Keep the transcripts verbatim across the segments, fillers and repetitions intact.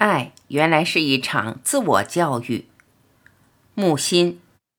爱原来是一场自我教育。木心。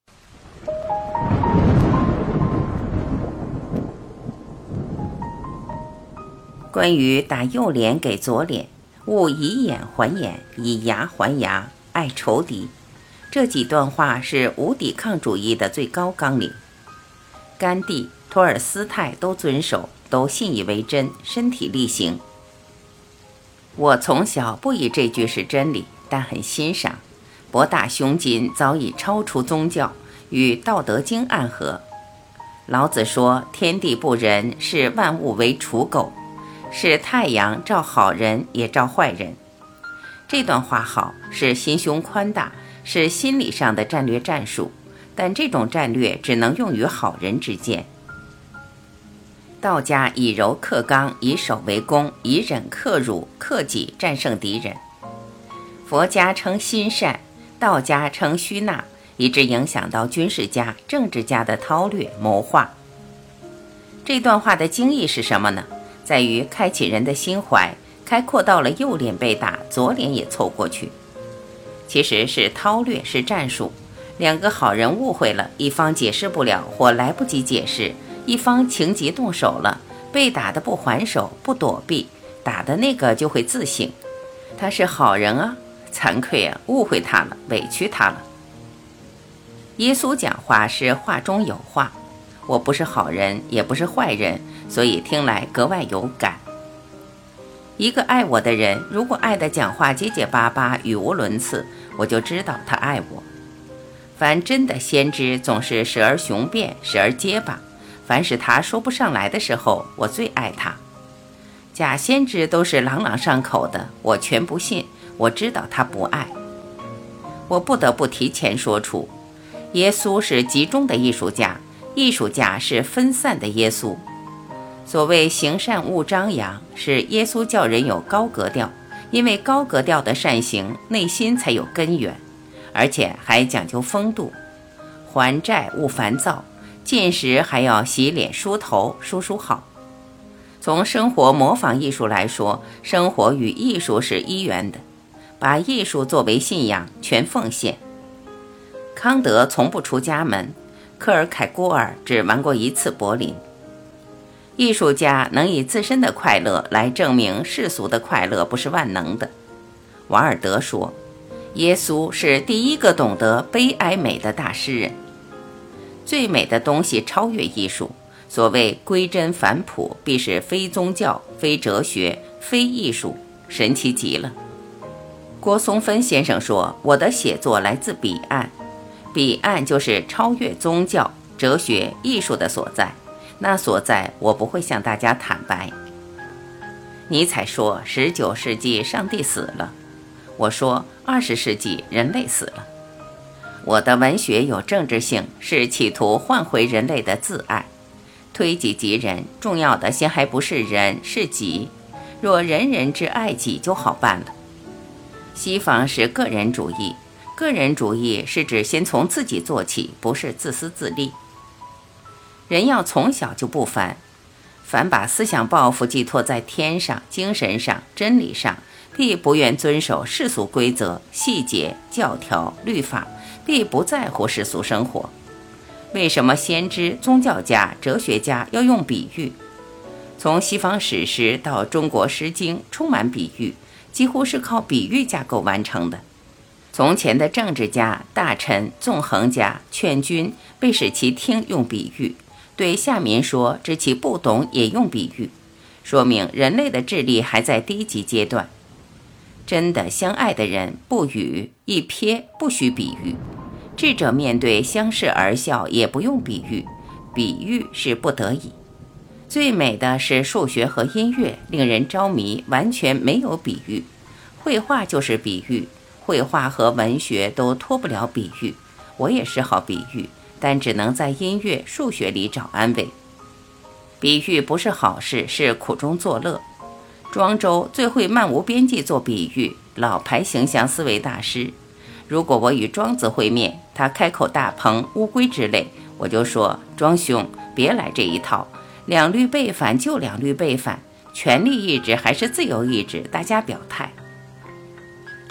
关于打右脸给左脸，勿以眼还眼，以牙还牙，爱仇敌，这几段话是无抵抗主义的最高纲领。甘地、托尔斯泰都遵守，都信以为真，身体力行。我从小不以这句是真理，但很欣赏。博大胸襟早已超出宗教，与《道德经》暗合。老子说天地不仁，视万物为刍狗，是太阳照好人也照坏人。这段话好，是心胸宽大，是心理上的战略战术，但这种战略只能用于好人之间。道家以柔克刚，以守为攻，以忍克辱，克己战胜敌人。佛家称心善，道家称虚纳，以致影响到军事家、政治家的韬略谋划。这段话的精义是什么呢？在于开启人的心怀，开阔到了右脸被打，左脸也凑过去。其实是韬略，是战术。两个好人误会了，一方解释不了或来不及解释，一方情急动手了，被打的不还手不躲避，打的那个就会自省，他是好人啊，惭愧啊，误会他了，委屈他了。耶稣讲话是话中有话，我不是好人也不是坏人，所以听来格外有感。一个爱我的人，如果爱的讲话结结巴巴，语无伦次，我就知道他爱我。凡真的先知总是时而雄辩，时而结巴，凡是他说不上来的时候，我最爱他。假先知都是朗朗上口的，我全不信，我知道他不爱。我不得不提前说出，耶稣是集中的艺术家，艺术家是分散的耶稣。所谓行善勿张扬，是耶稣叫人有高格调，因为高格调的善行，内心才有根源，而且还讲究风度。还债勿烦躁，进食还要洗脸梳头，梳梳好。从生活模仿艺术来说，生活与艺术是一元的，把艺术作为信仰，全奉献。康德从不出家门，科尔凯郭尔只玩过一次柏林。艺术家能以自身的快乐来证明世俗的快乐不是万能的。瓦尔德说，耶稣是第一个懂得悲哀美的大诗人。最美的东西超越艺术，所谓归真返璞，必是非宗教、非哲学、非艺术，神奇极了。郭松芬先生说，我的写作来自彼岸，彼岸就是超越宗教、哲学、艺术的所在，那所在我不会向大家坦白。尼采说十九世纪上帝死了，我说二十世纪人类死了。我的文学有政治性，是企图换回人类的自爱。推己及人，重要的先还不是人，是己。若人人之爱己就好办了。西方是个人主义，个人主义是指先从自己做起，不是自私自利。人要从小就不凡，凡把思想抱负寄托在天上、精神上、真理上，必不愿遵守世俗规则、细节、教条、律法，必不在乎世俗生活。为什么先知、宗教家、哲学家要用比喻？从西方史诗到中国诗经，充满比喻，几乎是靠比喻架构完成的。从前的政治家、大臣、纵横家、劝君，被使其听用比喻，对下民说，知其不懂也用比喻，说明人类的智力还在低级阶段。真的相爱的人，不语一瞥，不需比喻。智者面对相视而笑，也不用比喻，比喻是不得已。最美的是数学和音乐，令人着迷，完全没有比喻。绘画就是比喻，绘画和文学都脱不了比喻。我也是好比喻，但只能在音乐、数学里找安慰。比喻不是好事，是苦中作乐。庄周最会漫无边际做比喻，老牌形象思维大师。如果我与庄子会面，他开口大鹏、乌龟之类，我就说，庄兄别来这一套，两律背反就两律背反，权力意志还是自由意志，大家表态。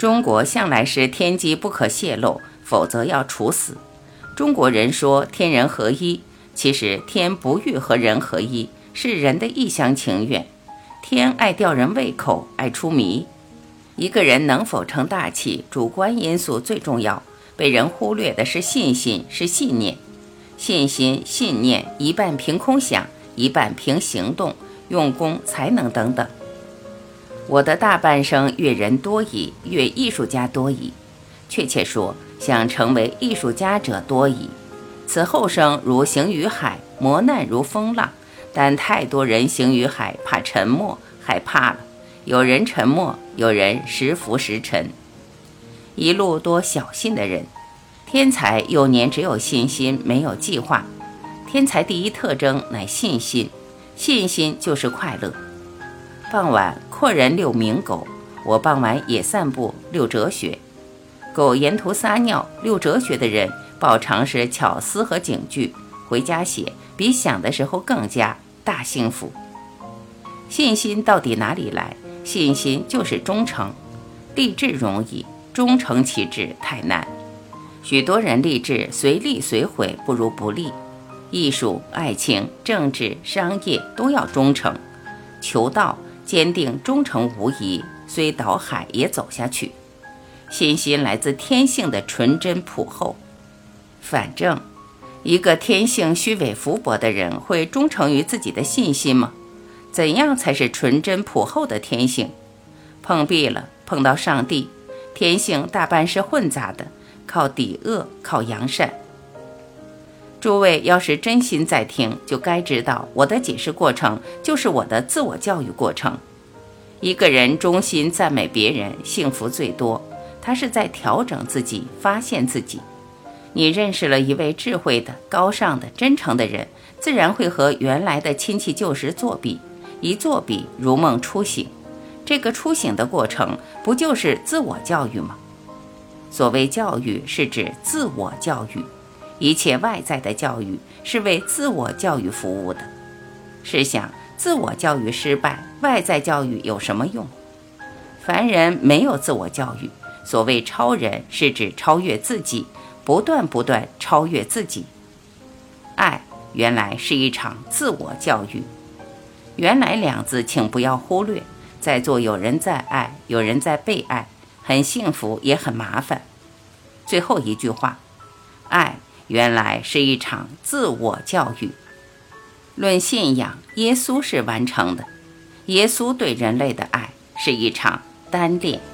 中国向来是天机不可泄露，否则要处死。中国人说天人合一，其实天不欲和人合一，是人的一厢情愿。天爱吊人胃口，爱出谜。一个人能否成大器，主观因素最重要，被人忽略的是信心，是信念。信心、信念一半凭空想，一半凭行动、用功、才能等等。我的大半生阅人多矣，阅艺术家多矣，确切说，想成为艺术家者多矣。此后生如行于海，磨难如风浪，但太多人行于海，怕沉没，害怕了。有人沉没，有人时浮时沉。一路多小信的人。天才幼年只有信心，没有计划。天才第一特征乃信心，信心就是快乐。傍晚阔人遛鸣狗，我傍晚也散步遛哲学。狗沿途撒尿，遛哲学的人饱尝是巧思和警句，回家写比想的时候更加大幸福。信心到底哪里来？信心就是忠诚。立志容易，忠诚其志太难。许多人立志随立随毁，不如不立。艺术、爱情、政治、商业都要忠诚。求道坚定忠诚无疑，虽倒海也走下去。信心来自天性的纯真朴厚。反正一个天性虚伪浮薄的人会忠诚于自己的信心吗？怎样才是纯真朴厚的天性？碰壁了，碰到上帝，天性大半是混杂的，靠抵恶，靠扬善。诸位要是真心在听，就该知道我的解释过程就是我的自我教育过程。一个人衷心赞美别人，幸福最多，他是在调整自己，发现自己。你认识了一位智慧的、高尚的、真诚的人，自然会和原来的亲戚旧时作比，一作比如梦初醒。这个初醒的过程，不就是自我教育吗？所谓教育是指自我教育，一切外在的教育是为自我教育服务的。试想，自我教育失败，外在教育有什么用？凡人没有自我教育，所谓超人是指超越自己，不断不断超越自己。爱原来是一场自我教育。原来两字请不要忽略，在座有人在爱，有人在被爱，很幸福也很麻烦。最后一句话，爱原来是一场自我教育。论信仰，耶稣是完成的，耶稣对人类的爱是一场单恋。